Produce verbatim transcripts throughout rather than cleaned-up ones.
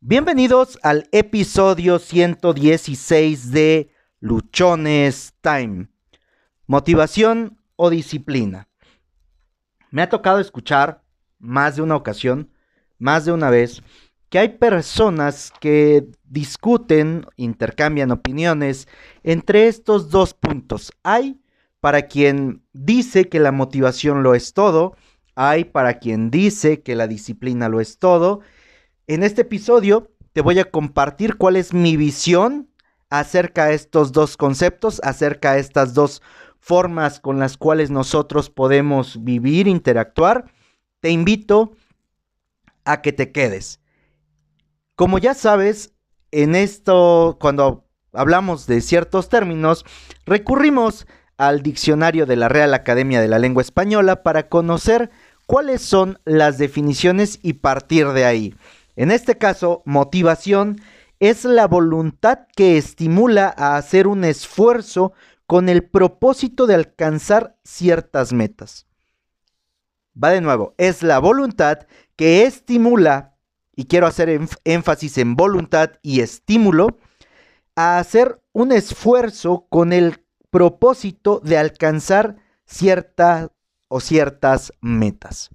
Bienvenidos al episodio ciento dieciséis de Luchones Time. Motivación o disciplina. Me ha tocado escuchar más de una ocasión, más de una vez, que hay personas que discuten, intercambian opiniones entre estos dos puntos. Hay para quien dice que la motivación lo es todo, hay para quien dice que la disciplina lo es todo. En este episodio te voy a compartir cuál es mi visión acerca de estos dos conceptos, acerca de estas dos formas con las cuales nosotros podemos vivir, interactuar. Te invito a que te quedes. Como ya sabes, en esto, cuando hablamos de ciertos términos, recurrimos al diccionario de la Real Academia de la Lengua Española para conocer cuáles son las definiciones y partir de ahí. En este caso, motivación es la voluntad que estimula a hacer un esfuerzo con el propósito de alcanzar ciertas metas. Va de nuevo, es la voluntad que estimula, y quiero hacer énf- énfasis en voluntad y estímulo, a hacer un esfuerzo con el propósito de alcanzar cierta o ciertas metas.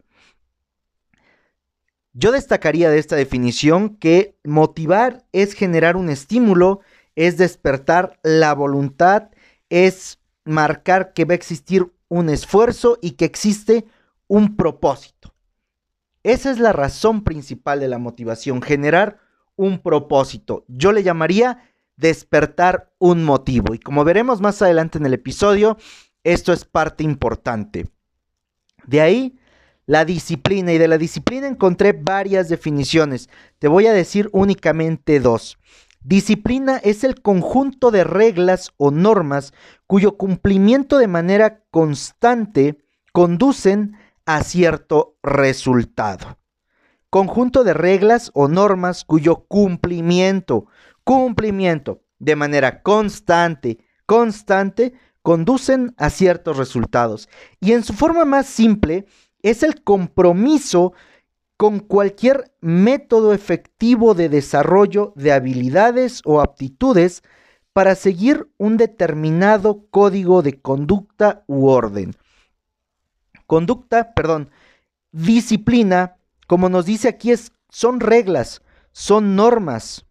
Yo destacaría de esta definición que motivar es generar un estímulo, es despertar la voluntad, es marcar que va a existir un esfuerzo y que existe un propósito. Esa es la razón principal de la motivación, generar un propósito. Yo le llamaría despertar un motivo. Y como veremos más adelante en el episodio, esto es parte importante. De ahí la disciplina, y de la disciplina encontré varias definiciones. Te voy a decir únicamente dos. Disciplina es el conjunto de reglas o normas cuyo cumplimiento de manera constante conducen a cierto resultado. Conjunto de reglas o normas cuyo cumplimiento, cumplimiento de manera constante, constante, conducen a ciertos resultados. Y en su forma más simple, es el compromiso con cualquier método efectivo de desarrollo de habilidades o aptitudes para seguir un determinado código de conducta u orden. Conducta, perdón, disciplina, como nos dice aquí, es, son reglas, son normas.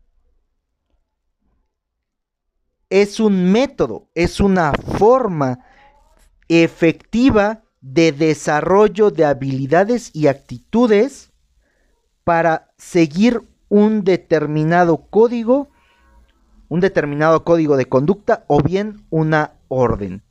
Es un método, es una forma efectiva de desarrollo de habilidades y actitudes para seguir un determinado código, un determinado código de conducta o bien una orden.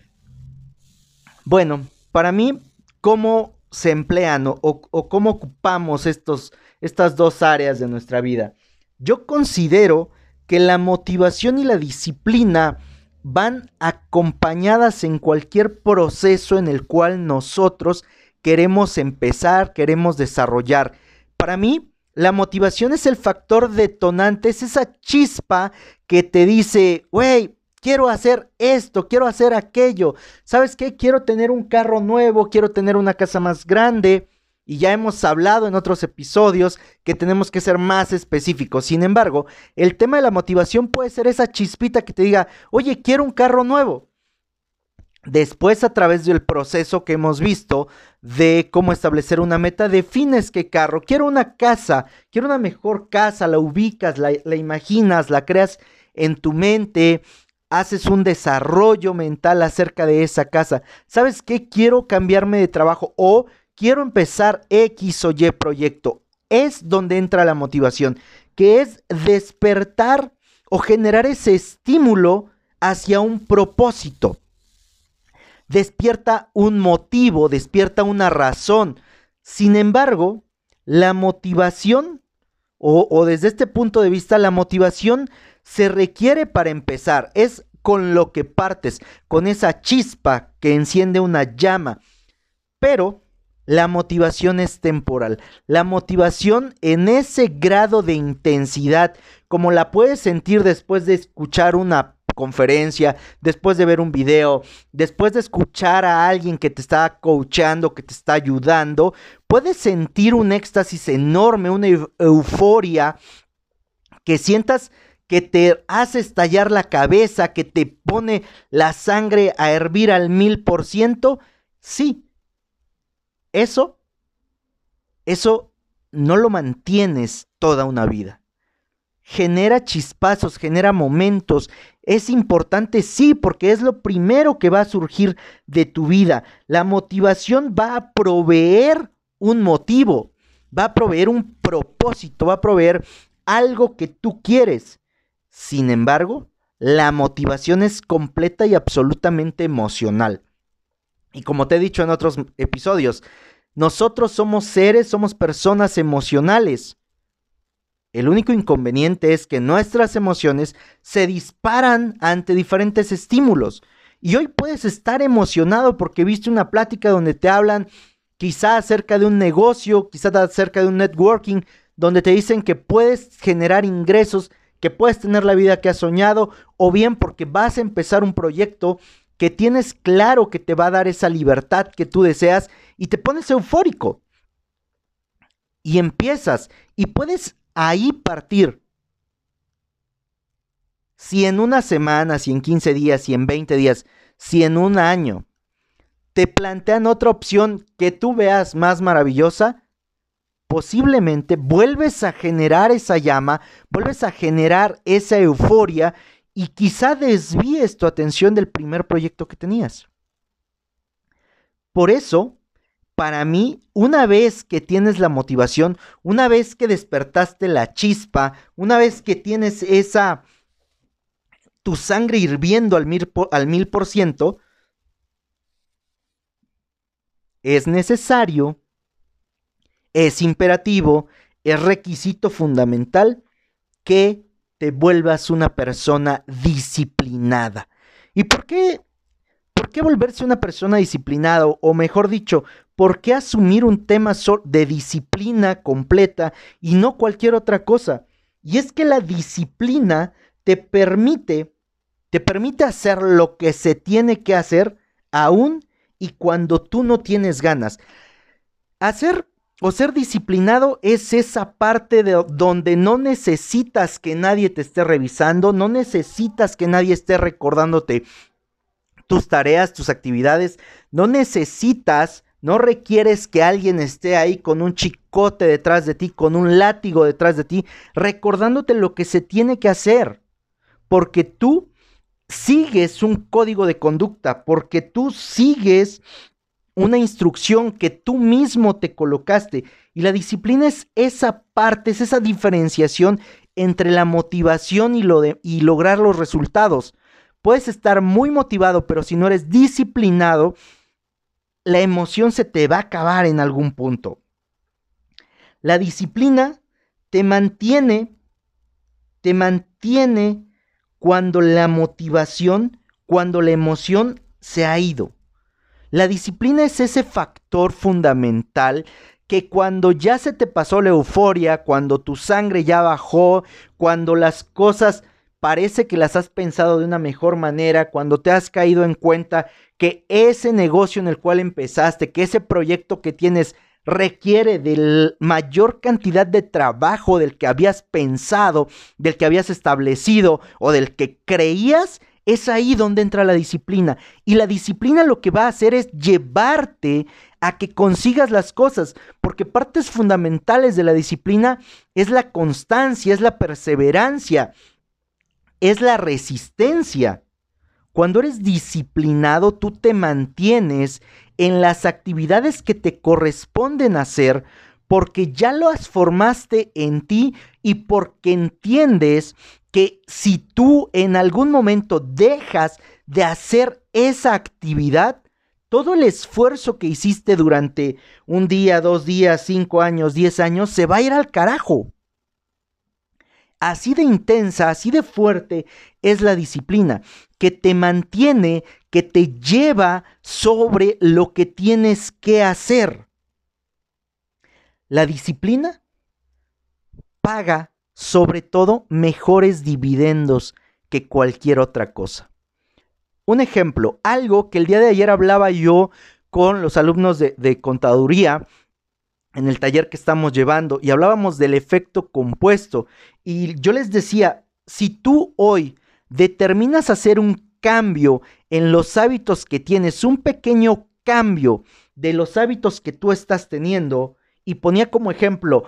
Bueno, para mí, ¿cómo se emplean o, o cómo ocupamos estos, estas dos áreas de nuestra vida? Yo considero que la motivación y la disciplina van acompañadas en cualquier proceso en el cual nosotros queremos empezar, queremos desarrollar. Para mí, la motivación es el factor detonante, es esa chispa que te dice, güey, quiero hacer esto, quiero hacer aquello. ¿Sabes qué? Quiero tener un carro nuevo, quiero tener una casa más grande. Y ya hemos hablado en otros episodios que tenemos que ser más específicos. Sin embargo, el tema de la motivación puede ser esa chispita que te diga, oye, quiero un carro nuevo. Después, a través del proceso que hemos visto de cómo establecer una meta, defines qué carro. Quiero una casa, quiero una mejor casa, la ubicas, la, la imaginas, la creas en tu mente, haces un desarrollo mental acerca de esa casa. ¿Sabes qué? Quiero cambiarme de trabajo o quiero empezar X o Y proyecto. Es donde entra la motivación, que es despertar o generar ese estímulo hacia un propósito. Despierta un motivo, despierta una razón. Sin embargo, la motivación, o, o desde este punto de vista, la motivación se requiere para empezar. Es con lo que partes, con esa chispa que enciende una llama. Pero la motivación es temporal. La motivación en ese grado de intensidad, como la puedes sentir después de escuchar una conferencia, después de ver un video, después de escuchar a alguien que te está coachando, que te está ayudando, puedes sentir un éxtasis enorme, una eu- euforia que sientas que te hace estallar la cabeza, que te pone la sangre a hervir al mil por ciento, sí, eso, eso no lo mantienes toda una vida. Genera chispazos, genera momentos. Es importante, sí, porque es lo primero que va a surgir de tu vida. La motivación va a proveer un motivo, va a proveer un propósito, va a proveer algo que tú quieres. Sin embargo, la motivación es completa y absolutamente emocional. Y como te he dicho en otros episodios, nosotros somos seres, somos personas emocionales. El único inconveniente es que nuestras emociones se disparan ante diferentes estímulos. Y hoy puedes estar emocionado porque viste una plática donde te hablan quizá acerca de un negocio, quizá acerca de un networking, donde te dicen que puedes generar ingresos, que puedes tener la vida que has soñado, o bien porque vas a empezar un proyecto que tienes claro que te va a dar esa libertad que tú deseas y te pones eufórico. Y empiezas y puedes ahí partir. Si en una semana, si en quince días, si en veinte días, si en un año te plantean otra opción que tú veas más maravillosa, posiblemente vuelves a generar esa llama, vuelves a generar esa euforia y quizá desvíes tu atención del primer proyecto que tenías. Por eso, para mí, una vez que tienes la motivación, una vez que despertaste la chispa, una vez que tienes esa, tu sangre hirviendo al mil por, al mil por ciento, es necesario, es imperativo, es requisito fundamental que te vuelvas una persona disciplinada. ¿Y por qué? ¿Por qué volverse una persona disciplinada? O mejor dicho, ¿por qué asumir un tema de disciplina completa y no cualquier otra cosa? Y es que la disciplina te permite, te permite hacer lo que se tiene que hacer aún y cuando tú no tienes ganas. Hacer o ser disciplinado es esa parte de donde no necesitas que nadie te esté revisando, no necesitas que nadie esté recordándote tus tareas, tus actividades, no necesitas, no requieres que alguien esté ahí con un chicote detrás de ti, con un látigo detrás de ti, recordándote lo que se tiene que hacer, porque tú sigues un código de conducta, porque tú sigues una instrucción que tú mismo te colocaste, y la disciplina es esa parte, es esa diferenciación entre la motivación y, lo de, y lograr los resultados. Puedes estar muy motivado, pero si no eres disciplinado, la emoción se te va a acabar en algún punto. La disciplina te mantiene, te mantiene cuando la motivación, cuando la emoción se ha ido. La disciplina es ese factor fundamental que cuando ya se te pasó la euforia, cuando tu sangre ya bajó, cuando las cosas parece que las has pensado de una mejor manera, cuando te has caído en cuenta que ese negocio en el cual empezaste, que ese proyecto que tienes requiere de mayor cantidad de trabajo del que habías pensado, del que habías establecido o del que creías, es ahí donde entra la disciplina. Y la disciplina lo que va a hacer es llevarte a que consigas las cosas, porque partes fundamentales de la disciplina es la constancia, es la perseverancia, es la resistencia. Cuando eres disciplinado, tú te mantienes en las actividades que te corresponden hacer porque ya las formaste en ti y porque entiendes que si tú en algún momento dejas de hacer esa actividad, todo el esfuerzo que hiciste durante un día, dos días, cinco años, diez años, se va a ir al carajo. Así de intensa, así de fuerte es la disciplina, que te mantiene, que te lleva sobre lo que tienes que hacer. La disciplina paga, sobre todo, mejores dividendos que cualquier otra cosa. Un ejemplo, algo que el día de ayer hablaba yo con los alumnos de, de contaduría, en el taller que estamos llevando y hablábamos del efecto compuesto. Y yo les decía, si tú hoy determinas hacer un cambio en los hábitos que tienes, un pequeño cambio de los hábitos que tú estás teniendo, y ponía como ejemplo,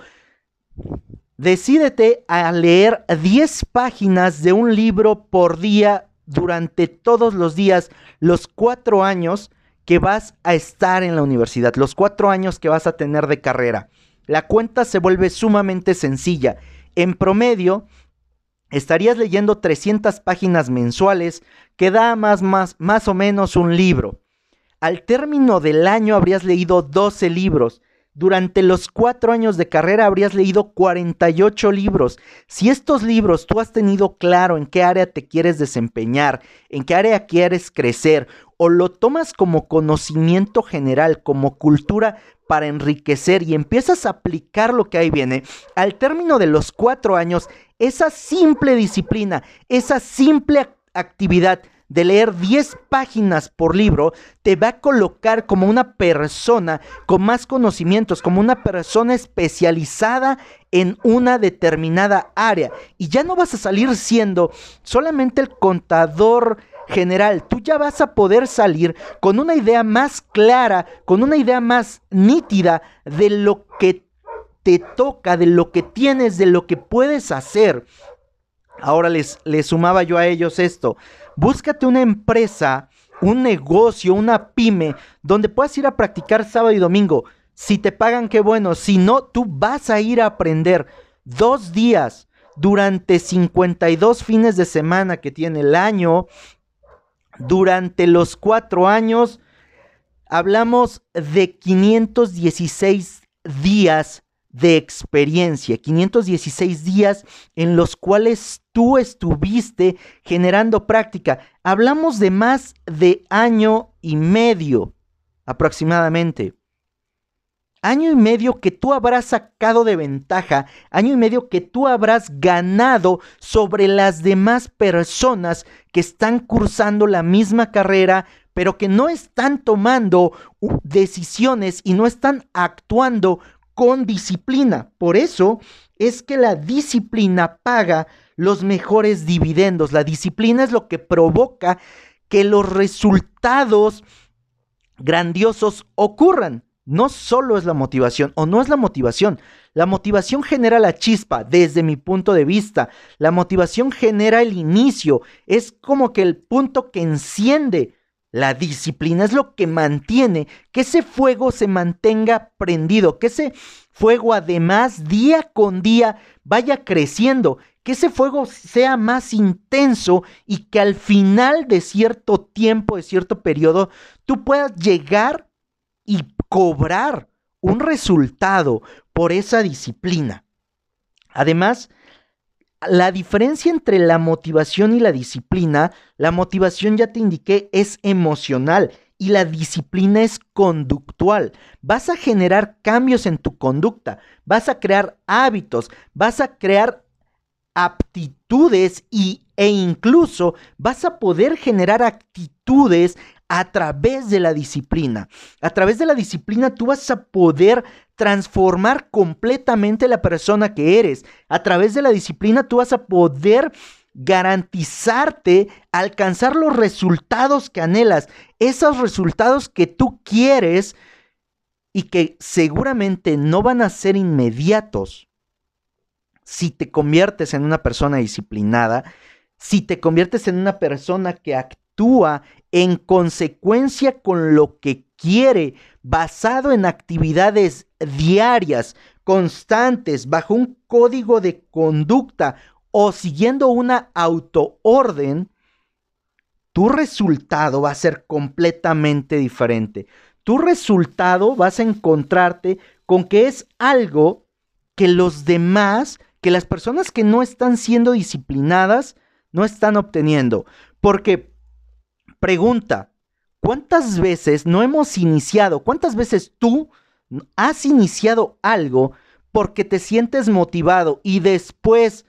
decídete a leer diez páginas de un libro por día durante todos los días, los cuatro años que vas a estar en la universidad, los cuatro años que vas a tener de carrera. La cuenta se vuelve sumamente sencilla. En promedio, estarías leyendo trescientas páginas mensuales, que da más, más, más o menos un libro. Al término del año habrías leído doce libros. Durante los cuatro años de carrera habrías leído cuarenta y ocho libros. Si estos libros tú has tenido claro en qué área te quieres desempeñar, en qué área quieres crecer, o lo tomas como conocimiento general, como cultura para enriquecer y empiezas a aplicar lo que ahí viene, al término de los cuatro años, esa simple disciplina, esa simple actividad de leer diez páginas por libro, te va a colocar como una persona con más conocimientos, como una persona especializada en una determinada área. Y ya no vas a salir siendo solamente el contador general, tú ya vas a poder salir con una idea más clara, con una idea más nítida de lo que te toca, de lo que tienes, de lo que puedes hacer. Ahora les, les sumaba yo a ellos esto. Búscate una empresa, un negocio, una pyme, donde puedas ir a practicar sábado y domingo. Si te pagan, qué bueno. Si no, tú vas a ir a aprender dos días durante cincuenta y dos fines de semana que tiene el año. Durante los cuatro años, hablamos de quinientos dieciséis días de experiencia, quinientos dieciséis días en los cuales tú estuviste generando práctica. Hablamos de más de año y medio aproximadamente. Año y medio que tú habrás sacado de ventaja, año y medio que tú habrás ganado sobre las demás personas que están cursando la misma carrera, pero que no están tomando decisiones y no están actuando con disciplina. Por eso es que la disciplina paga los mejores dividendos. La disciplina es lo que provoca que los resultados grandiosos ocurran. No solo es la motivación, o no es la motivación. La motivación genera la chispa, desde mi punto de vista. La motivación genera el inicio. Es como que el punto que enciende. La disciplina es lo que mantiene que ese fuego se mantenga prendido, que ese fuego además día con día vaya creciendo, que ese fuego sea más intenso y que al final de cierto tiempo, de cierto periodo, tú puedas llegar y cobrar un resultado por esa disciplina. Además, la diferencia entre la motivación y la disciplina, la motivación, ya te indiqué, es emocional y la disciplina es conductual. Vas a generar cambios en tu conducta, vas a crear hábitos, vas a crear aptitudes y, e incluso vas a poder generar actitudes a través de la disciplina. A través de la disciplina tú vas a poder transformar completamente la persona que eres. A través de la disciplina tú vas a poder garantizarte alcanzar los resultados que anhelas, esos resultados que tú quieres y que seguramente no van a ser inmediatos. Si te conviertes en una persona disciplinada, si te conviertes en una persona que actúa en consecuencia con lo que quiere, basado en actividades diarias, constantes, bajo un código de conducta o siguiendo una autoorden, tu resultado va a ser completamente diferente. Tu resultado vas a encontrarte con que es algo que los demás, que las personas que no están siendo disciplinadas, no están obteniendo. Porque, pregunta, ¿cuántas veces no hemos iniciado? ¿Cuántas veces tú has iniciado algo porque te sientes motivado y después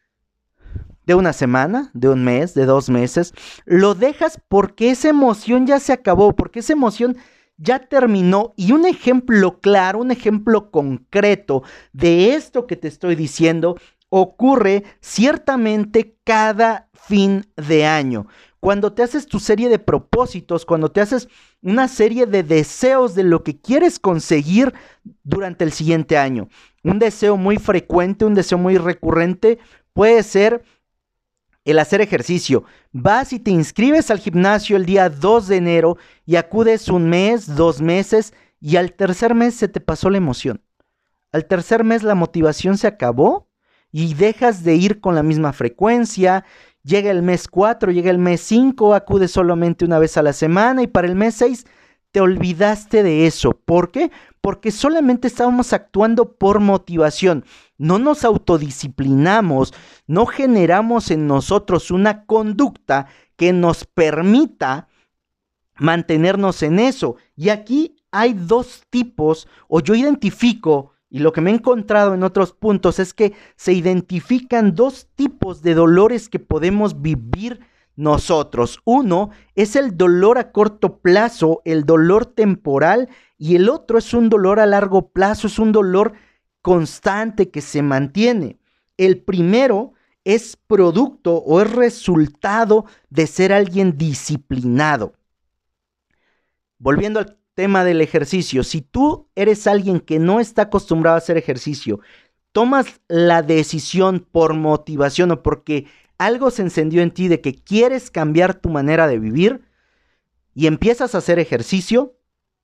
de una semana, de un mes, de dos meses, lo dejas porque esa emoción ya se acabó, porque esa emoción ya terminó. Y un ejemplo claro, un ejemplo concreto de esto que te estoy diciendo ocurre ciertamente cada fin de año. Cuando te haces tu serie de propósitos, cuando te haces una serie de deseos de lo que quieres conseguir durante el siguiente año. Un deseo muy frecuente, un deseo muy recurrente puede ser el hacer ejercicio. Vas y te inscribes al gimnasio el día dos de enero y acudes un mes, dos meses y al tercer mes se te pasó la emoción. Al tercer mes la motivación se acabó y dejas de ir con la misma frecuencia. Llega el mes cuatro, llega el mes cinco, acudes solamente una vez a la semana y para el mes seis te olvidaste de eso. ¿Por qué? Porque solamente estábamos actuando por motivación. No nos autodisciplinamos, no generamos en nosotros una conducta que nos permita mantenernos en eso. Y aquí hay dos tipos, o yo identifico, y lo que me he encontrado en otros puntos es que se identifican dos tipos de dolores que podemos vivir nosotros. Uno es el dolor a corto plazo, el dolor temporal, y el otro es un dolor a largo plazo, es un dolor constante que se mantiene. El primero es producto o es resultado de ser alguien disciplinado. Volviendo al tema del ejercicio, si tú eres alguien que no está acostumbrado a hacer ejercicio, tomas la decisión por motivación o porque algo se encendió en ti de que quieres cambiar tu manera de vivir y empiezas a hacer ejercicio,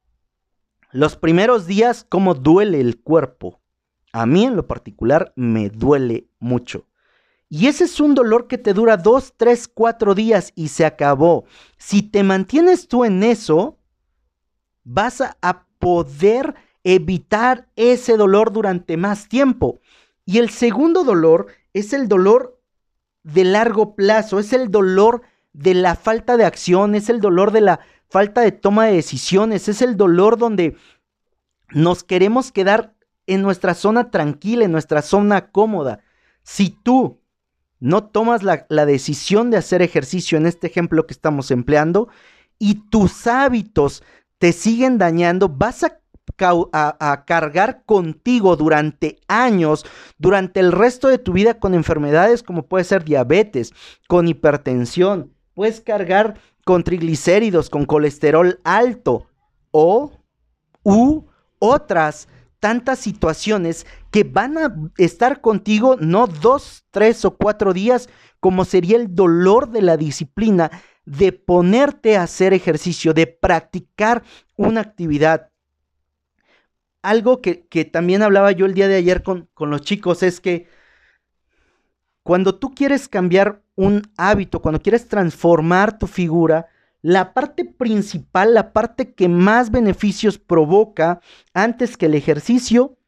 los primeros días, ¿cómo duele el cuerpo? A mí en lo particular me duele mucho. Y ese es un dolor que te dura dos, tres, cuatro días y se acabó. Si te mantienes tú en eso, vas a, a poder evitar ese dolor durante más tiempo. Y el segundo dolor es el dolor de largo plazo, es el dolor de la falta de acción, es el dolor de la falta de toma de decisiones, es el dolor donde nos queremos quedar en nuestra zona tranquila, en nuestra zona cómoda. Si tú no tomas la, la decisión de hacer ejercicio en este ejemplo que estamos empleando y tus hábitos te siguen dañando, vas a, a, a cargar contigo durante años, durante el resto de tu vida con enfermedades como puede ser diabetes, con hipertensión, puedes cargar con triglicéridos, con colesterol alto o u otras tantas situaciones que van a estar contigo no dos, tres o cuatro días, como sería el dolor de la disciplina de ponerte a hacer ejercicio, de practicar una actividad. Algo que, que también hablaba yo el día de ayer con, con los chicos es que cuando tú quieres cambiar un hábito, cuando quieres transformar tu figura, la parte principal, la parte que más beneficios provoca antes que el ejercicio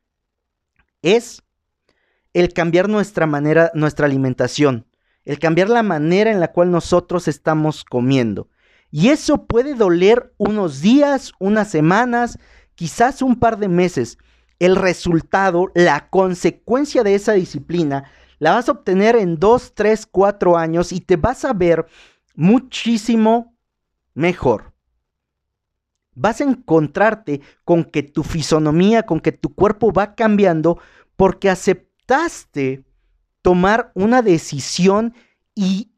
es el cambiar nuestra manera, nuestra alimentación. El cambiar la manera en la cual nosotros estamos comiendo. Y eso puede doler unos días, unas semanas, quizás un par de meses. El resultado, la consecuencia de esa disciplina, la vas a obtener en dos, tres, cuatro años y te vas a ver muchísimo mejor. Vas a encontrarte con que tu fisonomía, con que tu cuerpo va cambiando porque aceptaste tomar una decisión y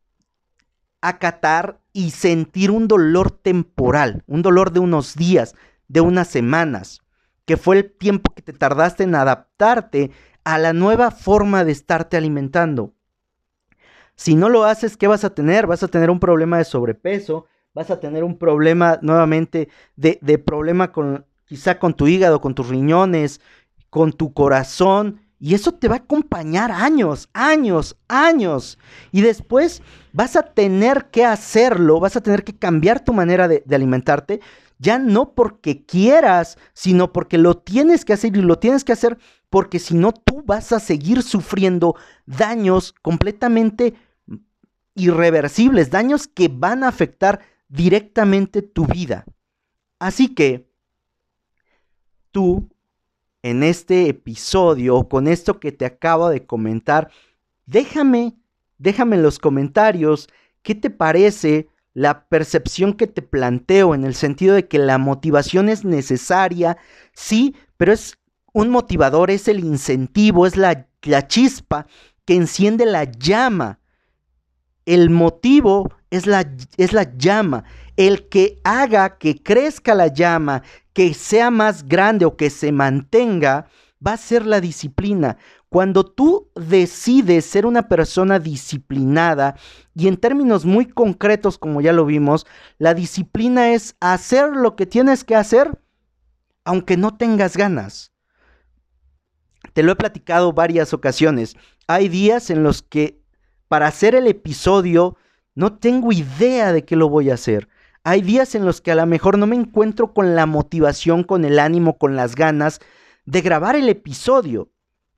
acatar y sentir un dolor temporal, un dolor de unos días, de unas semanas, que fue el tiempo que te tardaste en adaptarte a la nueva forma de estarte alimentando. Si no lo haces, ¿qué vas a tener? Vas a tener un problema de sobrepeso, vas a tener un problema nuevamente de, de problema con, quizá con tu hígado, con tus riñones, con tu corazón. Y eso te va a acompañar años, años, años. Y después vas a tener que hacerlo, vas a tener que cambiar tu manera de, de alimentarte, ya no porque quieras, sino porque lo tienes que hacer y lo tienes que hacer porque si no tú vas a seguir sufriendo daños completamente irreversibles, daños que van a afectar directamente tu vida. Así que tú, en este episodio, con esto que te acabo de comentar, déjame, déjame en los comentarios qué te parece la percepción que te planteo, en el sentido de que la motivación es necesaria, sí, pero es un motivador, es el incentivo, es la, la chispa que enciende la llama. El motivo es la, es la llama, el que haga que crezca la llama, que sea más grande o que se mantenga, va a ser la disciplina. Cuando tú decides ser una persona disciplinada, y en términos muy concretos, como ya lo vimos, la disciplina es hacer lo que tienes que hacer, aunque no tengas ganas. Te lo he platicado varias ocasiones. Hay días en los que para hacer el episodio no tengo idea de qué lo voy a hacer. Hay días en los que a lo mejor no me encuentro con la motivación, con el ánimo, con las ganas de grabar el episodio.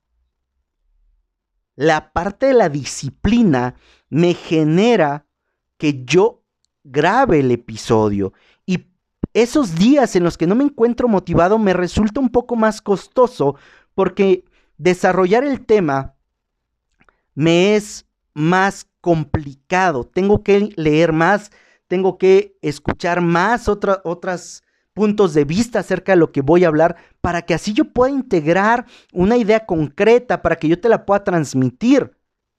La parte de la disciplina me genera que yo grabe el episodio, y esos días en los que no me encuentro motivado me resulta un poco más costoso, porque desarrollar el tema me es más complicado. Tengo que leer más, tengo que escuchar más otra, otras puntos de vista acerca de lo que voy a hablar, para que así yo pueda integrar una idea concreta, para que yo te la pueda transmitir.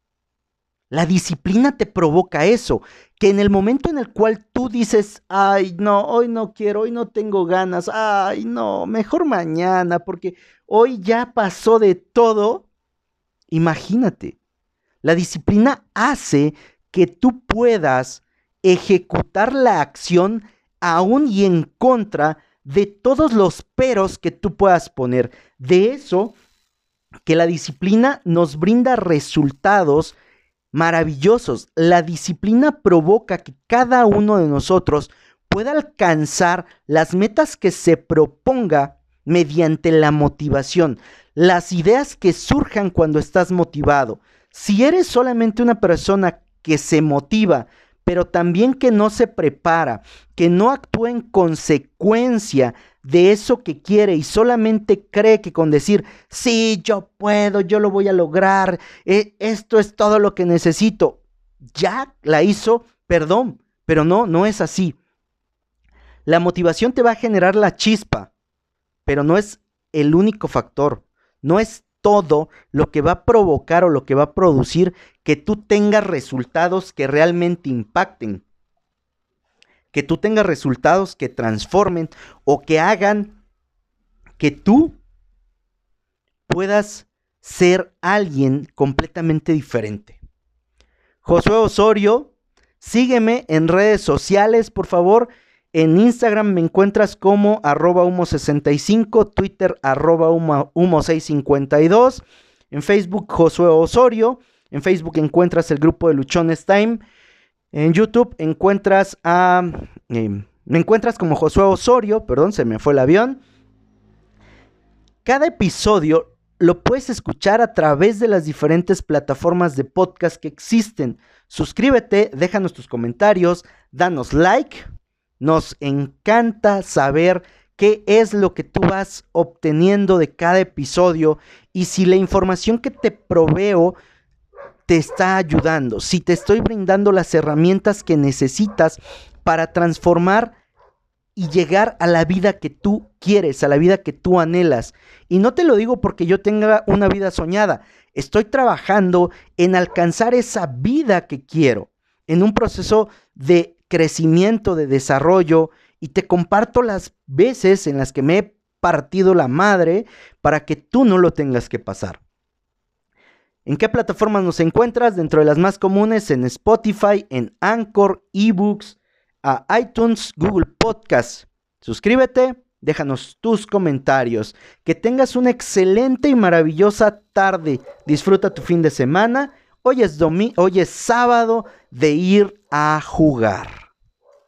La disciplina te provoca eso, que en el momento en el cual tú dices, ay no, hoy no quiero, hoy no tengo ganas, ay no, mejor mañana, porque hoy ya pasó de todo. Imagínate, la disciplina hace que tú puedas ejecutar la acción aún y en contra de todos los peros que tú puedas poner. De eso, que la disciplina nos brinda resultados maravillosos. La disciplina provoca que cada uno de nosotros pueda alcanzar las metas que se proponga mediante la motivación, las ideas que surjan cuando estás motivado. Si eres solamente una persona que se motiva, pero también que no se prepara, que no actúa en consecuencia de eso que quiere y solamente cree que con decir, sí, yo puedo, yo lo voy a lograr, eh, esto es todo lo que necesito, ya la hizo, perdón, pero no, no es así. La motivación te va a generar la chispa, pero no es el único factor, no es todo lo que va a provocar o lo que va a producir que tú tengas resultados que realmente impacten, que tú tengas resultados que transformen o que hagan que tú puedas ser alguien completamente diferente. Josué Osorio, sígueme en redes sociales, por favor. En Instagram me encuentras como arroba humo sesenta y cinco, Twitter arroba humo, humo seiscientos cincuenta y dos, en Facebook Josué Osorio, en Facebook encuentras el grupo de Luchones Time, en YouTube encuentras a, eh, me encuentras como Josué Osorio, perdón, se me fue el avión. Cada episodio lo puedes escuchar a través de las diferentes plataformas de podcast que existen. Suscríbete, déjanos tus comentarios, danos like. Nos encanta saber qué es lo que tú vas obteniendo de cada episodio y si la información que te proveo te está ayudando, si te estoy brindando las herramientas que necesitas para transformar y llegar a la vida que tú quieres, a la vida que tú anhelas. Y no te lo digo porque yo tenga una vida soñada, estoy trabajando en alcanzar esa vida que quiero, en un proceso de crecimiento, de desarrollo, y te comparto las veces en las que me he partido la madre para que tú no lo tengas que pasar. ¿En qué plataformas nos encuentras? Dentro de las más comunes, en Spotify, en Anchor, eBooks, a iTunes, Google Podcast. Suscríbete, déjanos tus comentarios. Que tengas una excelente y maravillosa tarde. Disfruta tu fin de semana. Hoy es domi- hoy es sábado de ir a jugar.